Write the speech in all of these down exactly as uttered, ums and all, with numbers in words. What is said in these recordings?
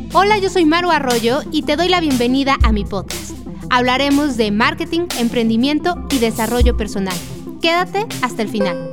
Hola, yo soy Maru Arroyo y te doy la bienvenida a mi podcast. Hablaremos de marketing, emprendimiento y desarrollo personal. Quédate hasta el final.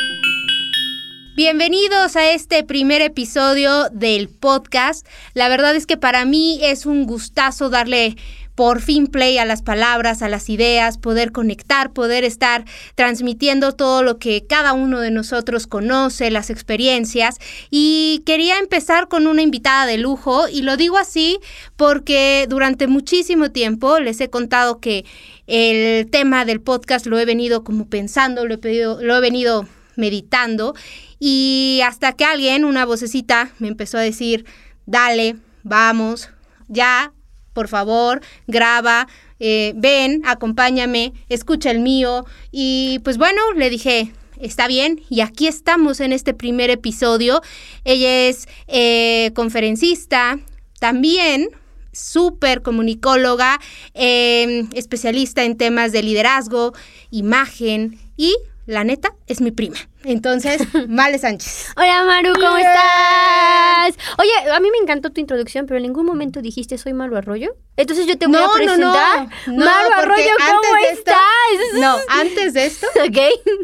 Bienvenidos a este primer episodio del podcast. La verdad es que para mí es un gustazo darle por fin play a las palabras, a las ideas, poder conectar, poder estar transmitiendo todo lo que cada uno de nosotros conoce, las experiencias. Y quería empezar con una invitada de lujo, y lo digo así porque durante muchísimo tiempo les he contado que el tema del podcast lo he venido como pensando, lo he, pedido, lo he venido meditando, y hasta que alguien, una vocecita, me empezó a decir, dale, vamos, ya, por favor, graba, eh, ven, acompáñame, escucha el mío. Y pues bueno, le dije, está bien, y aquí estamos en este primer episodio. Ella es eh, conferencista, también súper comunicóloga, eh, especialista en temas de liderazgo, imagen y, la neta, es mi prima. Entonces, Male Sánchez. Hola, Maru, ¿cómo yeah. estás? Oye, a mí me encantó tu introducción, pero en ningún momento dijiste soy Maru Arroyo. Entonces yo te voy no, a presentar. No, no, no. Maru no, Arroyo, ¿cómo esto, estás? No, antes de esto. Ok.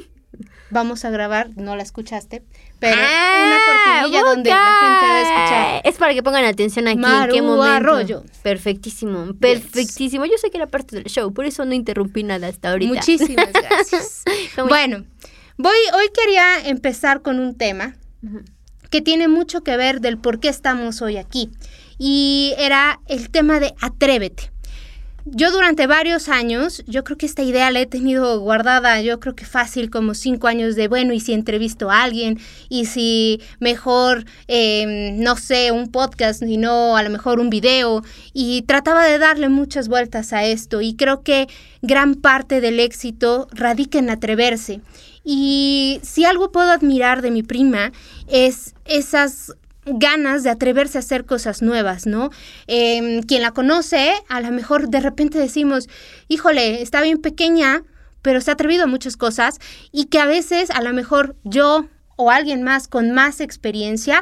Vamos a grabar, no la escuchaste, pero ah, una cortinilla okay. donde la gente va a escuchar. Es para que pongan atención aquí. Maru en qué momento. Arroyo. Perfectísimo, perfectísimo. Yes. Yo sé que era parte del show, por eso no interrumpí nada hasta ahorita. Muchísimas gracias. Bueno, voy, hoy quería empezar con un tema uh-huh. que tiene mucho que ver del por qué estamos hoy aquí. Y era el tema de atrévete. Yo durante varios años, yo creo que esta idea la he tenido guardada, yo creo que fácil como cinco años de, bueno, y si entrevisto a alguien, y si mejor, eh, no sé, un podcast, y no a lo mejor un video, y trataba de darle muchas vueltas a esto, y creo que gran parte del éxito radica en atreverse. Y si algo puedo admirar de mi prima es esas ganas de atreverse a hacer cosas nuevas, ¿no? Eh, quien la conoce, a lo mejor de repente decimos, híjole, está bien pequeña, pero se ha atrevido a muchas cosas, y que a veces a lo mejor yo o alguien más con más experiencia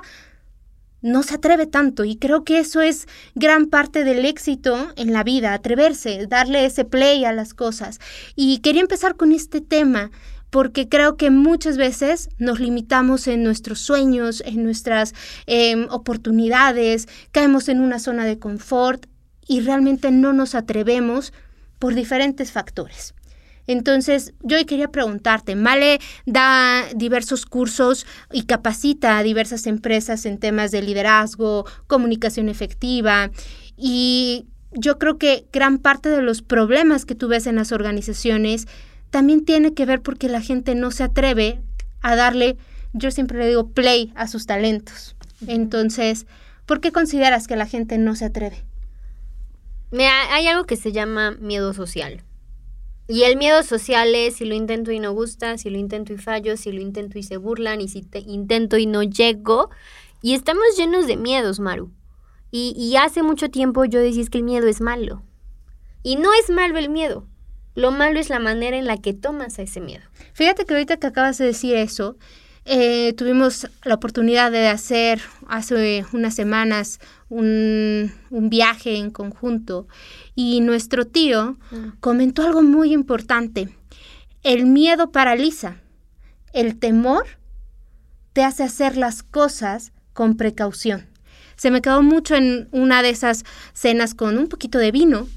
no se atreve tanto, y creo que eso es gran parte del éxito en la vida, atreverse, darle ese play a las cosas. Y quería empezar con este tema, porque creo que muchas veces nos limitamos en nuestros sueños, en nuestras eh, oportunidades, caemos en una zona de confort y realmente no nos atrevemos por diferentes factores. Entonces, yo hoy quería preguntarte, Male da diversos cursos y capacita a diversas empresas en temas de liderazgo, comunicación efectiva, y yo creo que gran parte de los problemas que tú ves en las organizaciones también tiene que ver porque la gente no se atreve a darle, yo siempre le digo, play a sus talentos. Entonces, ¿por qué consideras que la gente no se atreve? Mira, hay algo que se llama miedo social. Y el miedo social es si lo intento y no gusta, si lo intento y fallo, si lo intento y se burlan, y si te intento y no llego. Y estamos llenos de miedos, Maru. Y, y hace mucho tiempo yo decía que el miedo es malo. Y no es malo el miedo. Lo malo es la manera en la que tomas a ese miedo. Fíjate que ahorita que acabas de decir eso, eh, tuvimos la oportunidad de hacer hace unas semanas un, un viaje en conjunto, y nuestro tío mm. comentó algo muy importante. El miedo paraliza, el temor te hace hacer las cosas con precaución. Se me quedó mucho en una de esas cenas con un poquito de vino,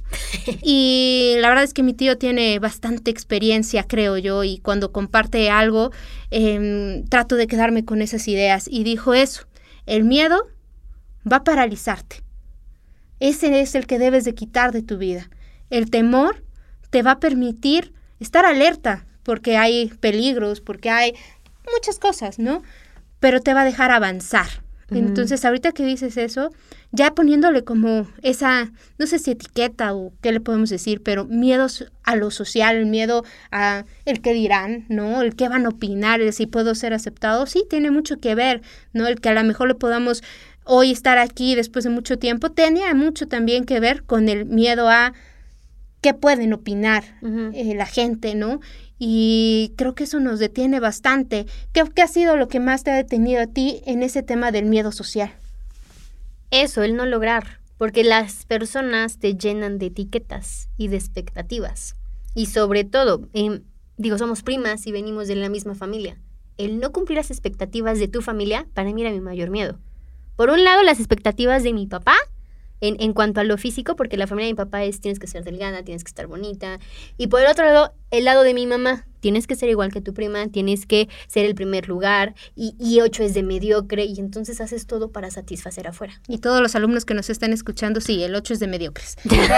y la verdad es que mi tío tiene bastante experiencia, creo yo, y cuando comparte algo, eh, trato de quedarme con esas ideas, y dijo eso, el miedo va a paralizarte, ese es el que debes de quitar de tu vida, el temor te va a permitir estar alerta, porque hay peligros, porque hay muchas cosas, ¿no? Pero te va a dejar avanzar. Entonces, ahorita que dices eso, ya poniéndole como esa, no sé si etiqueta o qué le podemos decir, pero miedos a lo social, el miedo a el que dirán, ¿no? El que van a opinar, el si puedo ser aceptado, sí, tiene mucho que ver, ¿no? El que a lo mejor le podamos hoy estar aquí después de mucho tiempo, tenía mucho también que ver con el miedo a qué pueden opinar uh-huh. eh, la gente, ¿no? Y creo que eso nos detiene bastante. ¿Qué, qué ha sido lo que más te ha detenido a ti en ese tema del miedo social? Eso, el no lograr. Porque las personas te llenan de etiquetas y de expectativas. Y sobre todo, en, digo, somos primas y venimos de la misma familia. El no cumplir las expectativas de tu familia, para mí era mi mayor miedo. Por un lado, las expectativas de mi papá, en, en cuanto a lo físico, porque la familia de mi papá es, tienes que ser delgada, tienes que estar bonita. Y por el otro lado, el lado de mi mamá, tienes que ser igual que tu prima, tienes que ser el primer lugar, y, y ocho es de mediocre, y entonces haces todo para satisfacer afuera. Y todos los alumnos que nos están escuchando, sí, el ocho es de mediocres.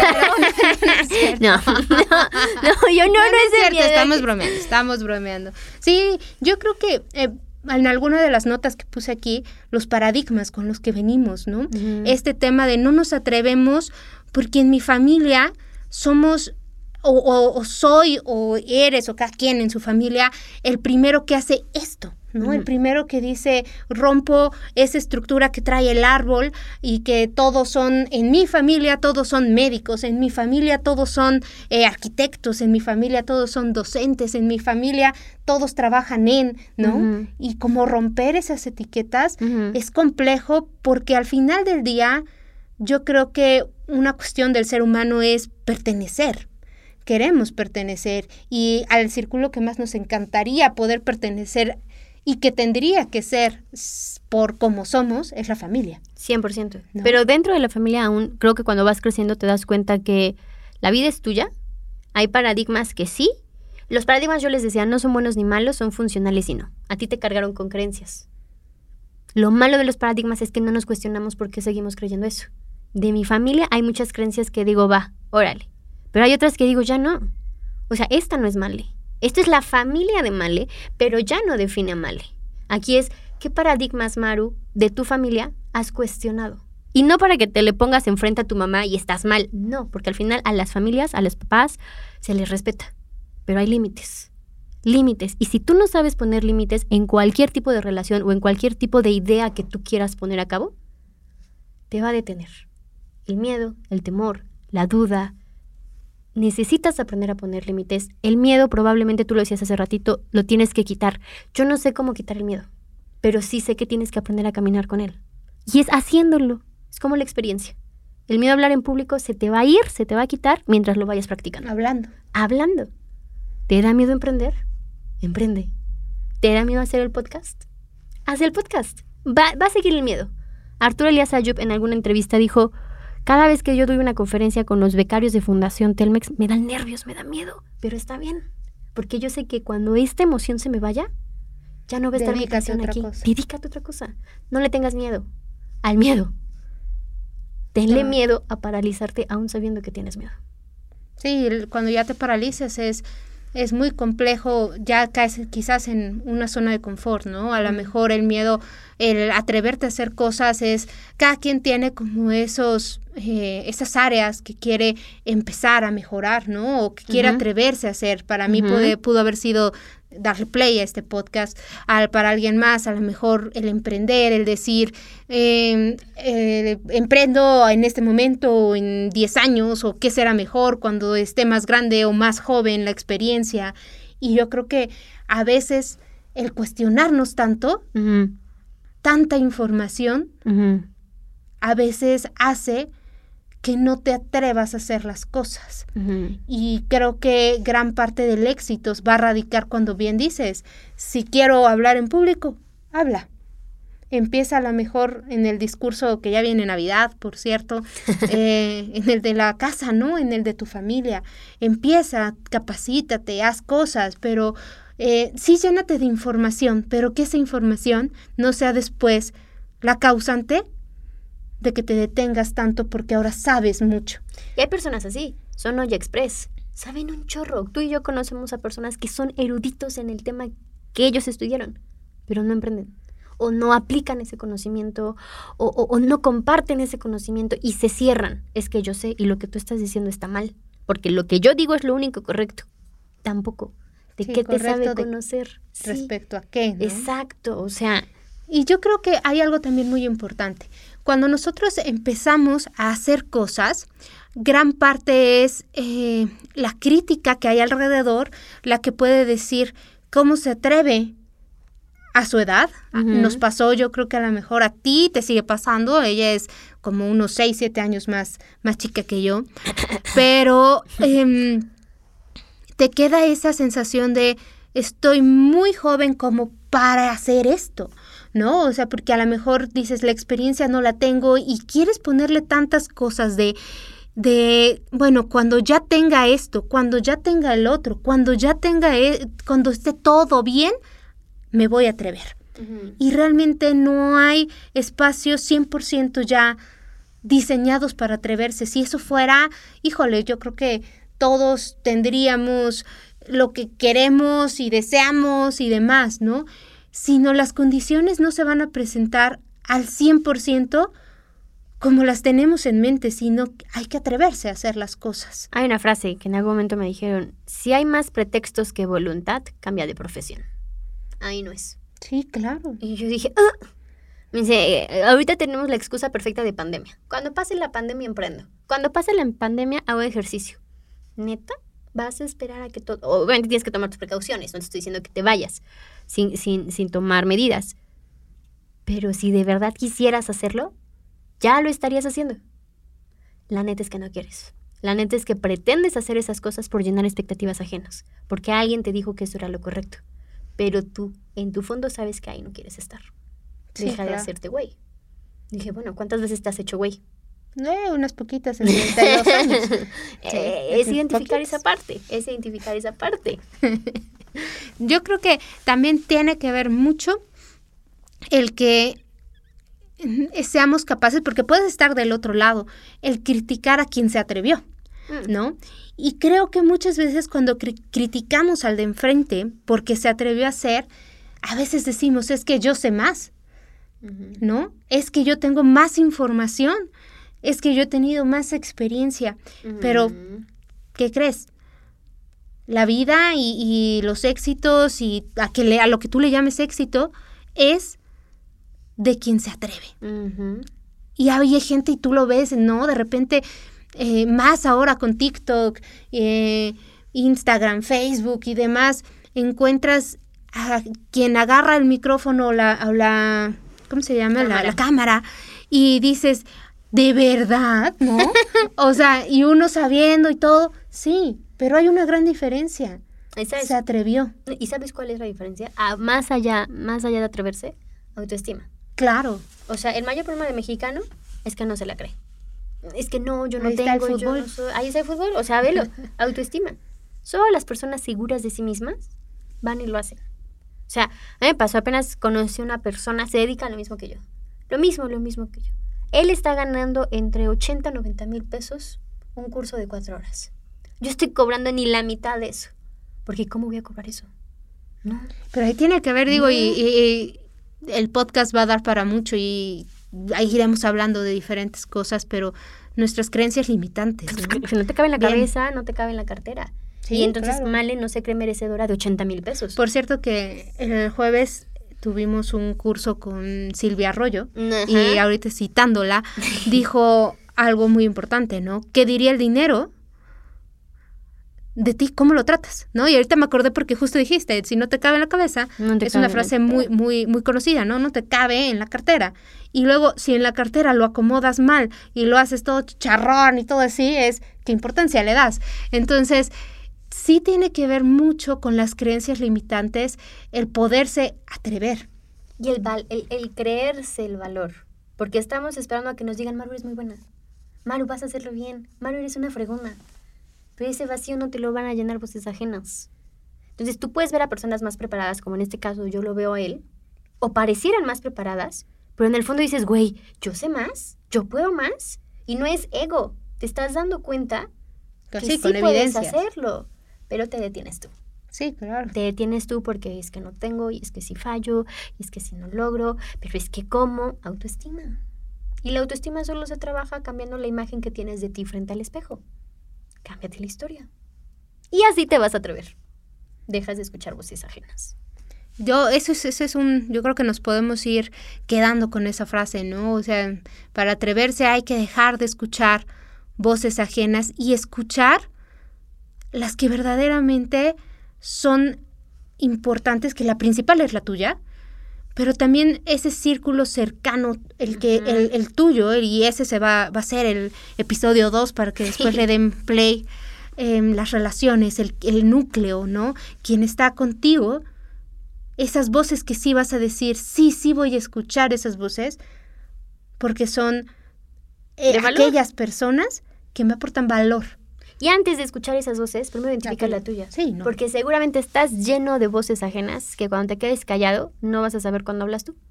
no, no, no, no, yo no, no, no es, es cierto, estamos bromeando, estamos bromeando. Sí, yo creo que... Eh, en alguna de las notas que puse aquí, los paradigmas con los que venimos, ¿no? Uh-huh. Este tema de no nos atrevemos porque en mi familia somos, o, o, o soy, o eres, o cada quien en su familia, el primero que hace esto, ¿no? Uh-huh. El primero que dice, rompo esa estructura que trae el árbol y que todos son, en mi familia todos son médicos, en mi familia todos son eh, arquitectos, en mi familia todos son docentes, en mi familia todos trabajan en, ¿no? Uh-huh. Y como romper esas etiquetas uh-huh. es complejo porque al final del día yo creo que una cuestión del ser humano es pertenecer. Queremos pertenecer y al círculo que más nos encantaría poder pertenecer y que tendría que ser por como somos, es la familia. cien por ciento. ¿No? Pero dentro de la familia aún, creo que cuando vas creciendo te das cuenta que la vida es tuya. Hay paradigmas que sí. Los paradigmas, yo les decía, no son buenos ni malos, son funcionales y no. A ti te cargaron con creencias. Lo malo de los paradigmas es que no nos cuestionamos por qué seguimos creyendo eso. De mi familia hay muchas creencias que digo, va, órale. Pero hay otras que digo, ya no. O sea, esta no es Male. Esto es la familia de Male, pero ya no define a Male. Aquí es, ¿qué paradigmas, Maru, de tu familia has cuestionado? Y no para que te le pongas enfrente a tu mamá y estás mal. No, porque al final a las familias, a los papás, se les respeta. Pero hay límites. Límites. Y si tú no sabes poner límites en cualquier tipo de relación o en cualquier tipo de idea que tú quieras poner a cabo, te va a detener. El miedo, el temor, la duda. Necesitas aprender a poner límites. El miedo, probablemente tú lo decías hace ratito, lo tienes que quitar. Yo no sé cómo quitar el miedo, pero sí sé que tienes que aprender a caminar con él. Y es haciéndolo. Es como la experiencia. El miedo a hablar en público se te va a ir, se te va a quitar mientras lo vayas practicando. Hablando. Hablando. ¿Te da miedo emprender? Emprende. ¿Te da miedo hacer el podcast? Haz el podcast. Va, va a seguir el miedo. Arturo Elías Ayub en alguna entrevista dijo... Cada vez que yo doy una conferencia con los becarios de Fundación Telmex, me dan nervios, me da miedo, pero está bien, porque yo sé que cuando esta emoción se me vaya, ya no va a estar mi pasión aquí. Cosa. Dedícate a otra cosa. No le tengas miedo al miedo. Tenle ah. miedo a paralizarte aún sabiendo que tienes miedo. Sí, cuando ya te paralizas es... Es muy complejo, ya caes quizás en una zona de confort, ¿no? A lo mejor el miedo, el atreverte a hacer cosas es, cada quien tiene como esos, eh, esas áreas que quiere empezar a mejorar, ¿no? O que quiere uh-huh. atreverse a hacer. Para uh-huh. mí pude, pudo haber sido darle play a este podcast. Al, para alguien más, a lo mejor el emprender, el decir, eh, eh, emprendo en este momento o en diez años, o qué será mejor cuando esté más grande o más joven la experiencia. Y yo creo que a veces el cuestionarnos tanto, uh-huh. tanta información, uh-huh. a veces hace que no te atrevas a hacer las cosas. Uh-huh. Y creo que gran parte del éxito va a radicar cuando bien dices, si quiero hablar en público, habla. Empieza a lo mejor en el discurso que ya viene Navidad, por cierto, eh, en el de la casa, ¿no? En el de tu familia. Empieza, capacítate, haz cosas, pero eh, sí llénate de información, pero que esa información no sea después la causante de que te detengas tanto porque ahora sabes mucho. Y hay personas así, son Olla Express, saben un chorro. Tú y yo conocemos a personas que son eruditos en el tema que ellos estudiaron, pero no emprenden, o no aplican ese conocimiento, o, o, o no comparten ese conocimiento y se cierran. Es que yo sé y lo que tú estás diciendo está mal, porque lo que yo digo es lo único correcto. Tampoco. ¿De sí, qué te sabe conocer? Respecto sí. a qué, ¿no? Exacto, o sea... Y yo creo que hay algo también muy importante. Cuando nosotros empezamos a hacer cosas, gran parte es eh, la crítica que hay alrededor, la que puede decir cómo se atreve a su edad. Uh-huh. Nos pasó, yo creo que a lo mejor a ti te sigue pasando. Ella es como unos seis, siete años más, más chica que yo. Pero eh, te queda esa sensación de estoy muy joven como para hacer esto, ¿no? O sea, porque a lo mejor dices la experiencia no la tengo y quieres ponerle tantas cosas de... de, bueno, cuando ya tenga esto, cuando ya tenga el otro, cuando ya tenga, e- cuando esté todo bien, me voy a atrever. Uh-huh. Y realmente no hay espacios cien por ciento ya diseñados para atreverse. Si eso fuera, híjole, yo creo que todos tendríamos lo que queremos y deseamos y demás, ¿no? Sino las condiciones no se van a presentar al cien por ciento como las tenemos en mente, sino hay que atreverse a hacer las cosas. Hay una frase que en algún momento me dijeron, si hay más pretextos que voluntad, cambia de profesión. Ahí no es. Sí, claro. Y yo dije, ah. Me dice, ahorita tenemos la excusa perfecta de pandemia. Cuando pase la pandemia, emprendo. Cuando pase la pandemia, hago ejercicio. ¿Neta? ¿Vas a esperar a que todo...? Obviamente tienes que tomar tus precauciones, no te estoy diciendo que te vayas sin, sin, sin tomar medidas. Pero si de verdad quisieras hacerlo, ya lo estarías haciendo. La neta es que no quieres. La neta es que pretendes hacer esas cosas por llenar expectativas ajenas. Porque alguien te dijo que eso era lo correcto. Pero tú, en tu fondo, sabes que ahí no quieres estar. Sí, Deja claro. de hacerte güey. Dije, bueno, ¿cuántas veces te has hecho güey? Eh, unas poquitas en treinta y dos años. Sí, es identificar poquitas. esa parte. Es identificar esa parte. Yo creo que también tiene que ver mucho el que seamos capaces, porque puedes estar del otro lado, el criticar a quien se atrevió, ¿no? Y creo que muchas veces cuando cri- criticamos al de enfrente porque se atrevió a hacer, a veces decimos, es que yo sé más, uh-huh. ¿no? Es que yo tengo más información, es que yo he tenido más experiencia, uh-huh. pero ¿qué crees? La vida y, y los éxitos y a, que le, a lo que tú le llames éxito es de quien se atreve. Uh-huh. Y hay gente y tú lo ves, ¿no? De repente, eh, más ahora con TikTok, eh, Instagram, Facebook y demás, encuentras a quien agarra el micrófono o la, o la, ¿cómo se llama? La, la cámara y dices, ¿de verdad? ¿No? O sea, y uno sabiendo y todo, sí, pero hay una gran diferencia. ¿Sabes? Se atrevió. ¿Y sabes cuál es la diferencia? Ah, más allá, más allá de atreverse, autoestima. Claro. O sea, el mayor problema del mexicano es que no se la cree. Es que no, yo no ahí tengo, está el yo no soy... Ahí está el fútbol, o sea, velo, autoestima. Solo las personas seguras de sí mismas van y lo hacen. O sea, a mí me pasó, apenas conocí a una persona, se dedica a lo mismo que yo. Lo mismo, lo mismo que yo. Él está ganando entre ochenta y noventa mil pesos un curso de cuatro horas. Yo estoy cobrando ni la mitad de eso. Porque ¿cómo voy a cobrar eso? No. Pero ahí tiene que ver, digo, no. y... y, y el podcast va a dar para mucho y ahí iremos hablando de diferentes cosas, pero nuestras creencias limitantes, ¿no? Si no te cabe en la Bien. cabeza, no te cabe en la cartera. Sí, y entonces claro. Male no se cree merecedora de ochenta mil pesos. Por cierto que el jueves tuvimos un curso con Silvia Arroyo. Ajá. Y ahorita citándola, dijo algo muy importante, ¿no? ¿Qué diría el dinero de ti? ¿Cómo lo tratas? ¿No? Y ahorita me acordé porque justo dijiste, si no te cabe en la cabeza, no es una frase muy, muy, muy conocida, ¿no? No te cabe en la cartera. Y luego, si en la cartera lo acomodas mal y lo haces todo chicharrón y todo así, es ¿qué importancia le das? Entonces, sí tiene que ver mucho con las creencias limitantes el poderse atrever. Y el, val- el, el creerse el valor. Porque estamos esperando a que nos digan, Maru, eres muy buena. Maru, vas a hacerlo bien. Maru, eres una fregona. Pero ese vacío no te lo van a llenar voces ajenas. Entonces tú puedes ver a personas más preparadas, como en este caso yo lo veo a él, o parecieran más preparadas, pero en el fondo dices, güey, yo sé más, yo puedo más, y no es ego. Te estás dando cuenta que sí, sí con puedes hacerlo, pero te detienes tú. Sí, claro. Te detienes tú porque es que no tengo, y es que si fallo, y es que si no logro, pero es que ¿cómo? Autoestima. Y la autoestima solo se trabaja cambiando la imagen que tienes de ti frente al espejo. Cámbiate la historia. Y así te vas a atrever. Dejas de escuchar voces ajenas. Yo, eso es, eso es un, yo creo que nos podemos ir quedando con esa frase, ¿no? O sea, para atreverse hay que dejar de escuchar voces ajenas y escuchar las que verdaderamente son importantes, que la principal es la tuya, pero también ese círculo cercano, el que, uh-huh. el, el tuyo, y ese se va, va a ser el episodio dos para que después le den play, eh, las relaciones, el, el núcleo, ¿no? Quien está contigo, esas voces que sí vas a decir, sí, sí voy a escuchar esas voces, porque son eh, aquellas personas que me aportan valor. Y antes de escuchar esas voces, primero identifica la tuya. Sí, ¿no? Porque seguramente estás lleno de voces ajenas que cuando te quedes callado no vas a saber cuándo hablas tú.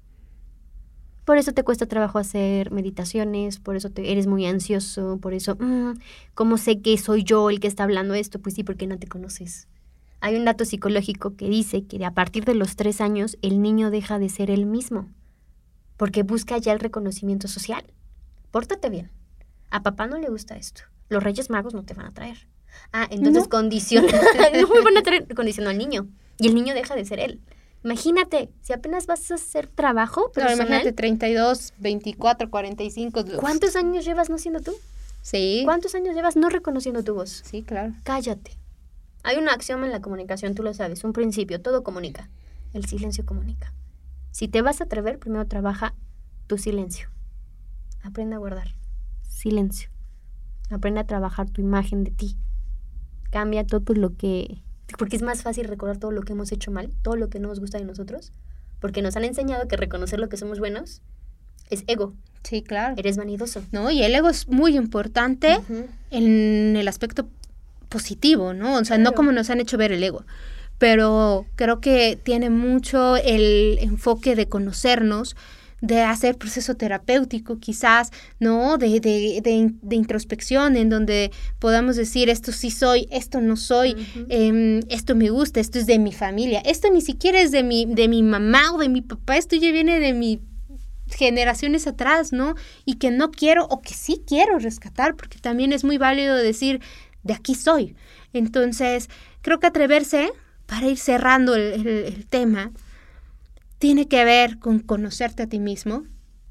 Por eso te cuesta trabajo hacer meditaciones, por eso te, eres muy ansioso, por eso, mmm, ¿cómo sé que soy yo el que está hablando esto? Pues sí, porque no te conoces. Hay un dato psicológico que dice que a partir de los tres años el niño deja de ser él mismo, porque busca ya el reconocimiento social. Pórtate bien. A papá no le gusta esto. Los Reyes Magos no te van a traer. Ah, entonces no. condiciona. No me van a traer, condiciona al niño. Y el niño deja de ser él. Imagínate, si apenas vas a hacer trabajo personal. No, imagínate, treinta y dos, veinticuatro, cuarenta y cinco. ¿Cuántos años llevas no siendo tú? Sí. ¿Cuántos años llevas no reconociendo tu voz? Sí, claro. Cállate. Hay un axioma en la comunicación, tú lo sabes, un principio, todo comunica. El silencio comunica. Si te vas a atrever, primero trabaja tu silencio. Aprende a guardar. Silencio. Aprende a trabajar tu imagen de ti. Cambia todo lo que... Porque es más fácil recordar todo lo que hemos hecho mal, todo lo que no nos gusta de nosotros, porque nos han enseñado que reconocer lo que somos buenos es ego. Sí, claro. Eres vanidoso. No, y el ego es muy importante uh-huh. en el aspecto positivo, ¿no? O sea, claro. no como nos han hecho ver el ego, pero creo que tiene mucho el enfoque de conocernos, de hacer proceso terapéutico quizás, ¿no? De, de, de, de introspección en donde podamos decir esto sí soy, esto no soy, uh-huh. eh, esto me gusta, esto es de mi familia, esto ni siquiera es de mi, de mi mamá o de mi papá, esto ya viene de mis generaciones atrás, ¿no? Y que no quiero o que sí quiero rescatar, porque también es muy válido decir de aquí soy. Entonces, creo que atreverse, para ir cerrando el, el, el tema, tiene que ver con conocerte a ti mismo,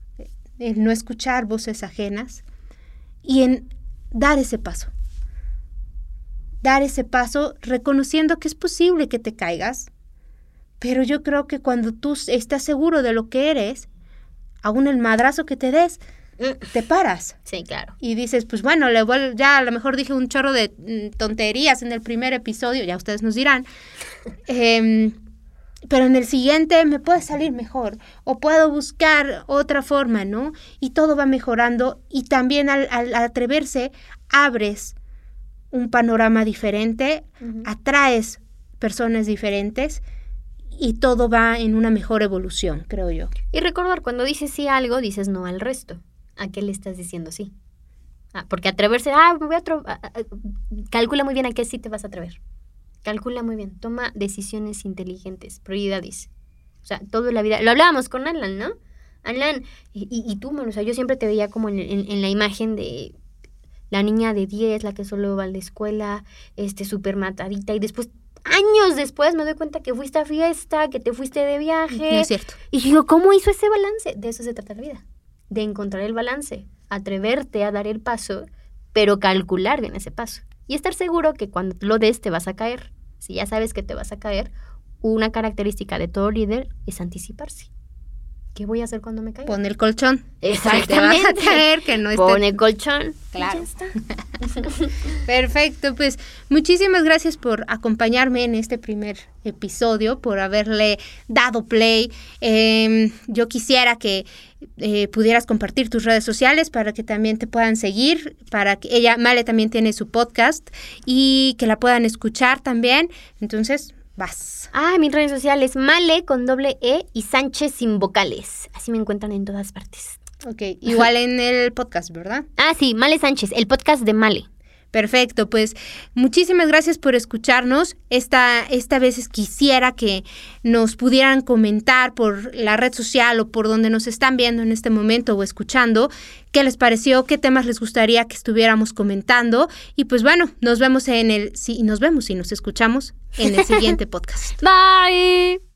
el no escuchar voces ajenas y en dar ese paso. Dar ese paso reconociendo que es posible que te caigas, pero yo creo que cuando tú estás seguro de lo que eres, aún el madrazo que te des, te paras. Sí, claro. Y dices, pues bueno, le voy, ya a lo mejor dije un chorro de mm, tonterías en el primer episodio, ya ustedes nos dirán, eh, pero en el siguiente me puede salir mejor o puedo buscar otra forma, ¿no? Y todo va mejorando y también al, al atreverse abres un panorama diferente, uh-huh. atraes personas diferentes y todo va en una mejor evolución, creo yo. Y recordar, cuando dices sí a algo, dices no al resto. ¿A qué le estás diciendo sí? Ah, porque atreverse, ah, me voy a atrever, ah, ah, calcula muy bien a qué sí te vas a atrever. Calcula muy bien, toma decisiones inteligentes, prioridades. O sea, todo en la vida. Lo hablábamos con Alan, ¿no? Alan, y, y, y tú, man, o sea, yo siempre te veía como en, en, en la imagen de la niña de diez, la que solo va a la escuela, este, súper matadita, y después, años después, me doy cuenta que fuiste a fiesta, que te fuiste de viaje. No es cierto. Y digo, ¿cómo hizo ese balance? De eso se trata la vida, de encontrar el balance, atreverte a dar el paso, pero calcular bien ese paso. Y estar seguro que cuando lo des te vas a caer. Si ya sabes que te vas a caer, una característica de todo líder es anticiparse. ¿Qué voy a hacer cuando me caiga? Pon el colchón. Exactamente. Te vas a caer, que no esté... Pon el colchón. Claro. Ya está. Perfecto, pues muchísimas gracias por acompañarme en este primer episodio, por haberle dado play. Eh, yo quisiera que eh, pudieras compartir tus redes sociales para que también te puedan seguir, para que ella, Male, también tiene su podcast y que la puedan escuchar también. Entonces, vas. Ah, mis redes sociales, Male con doble E y Sánchez sin vocales. Así me encuentran en todas partes. Ok, igual en el podcast, ¿verdad? Ah, sí, Male Sánchez, el podcast de Male. Perfecto, pues muchísimas gracias por escucharnos. Esta, esta vez quisiera que nos pudieran comentar por la red social o por donde nos están viendo en este momento o escuchando, qué les pareció, qué temas les gustaría que estuviéramos comentando. Y pues bueno, nos vemos en el, sí, nos vemos y nos escuchamos en el siguiente podcast. Bye.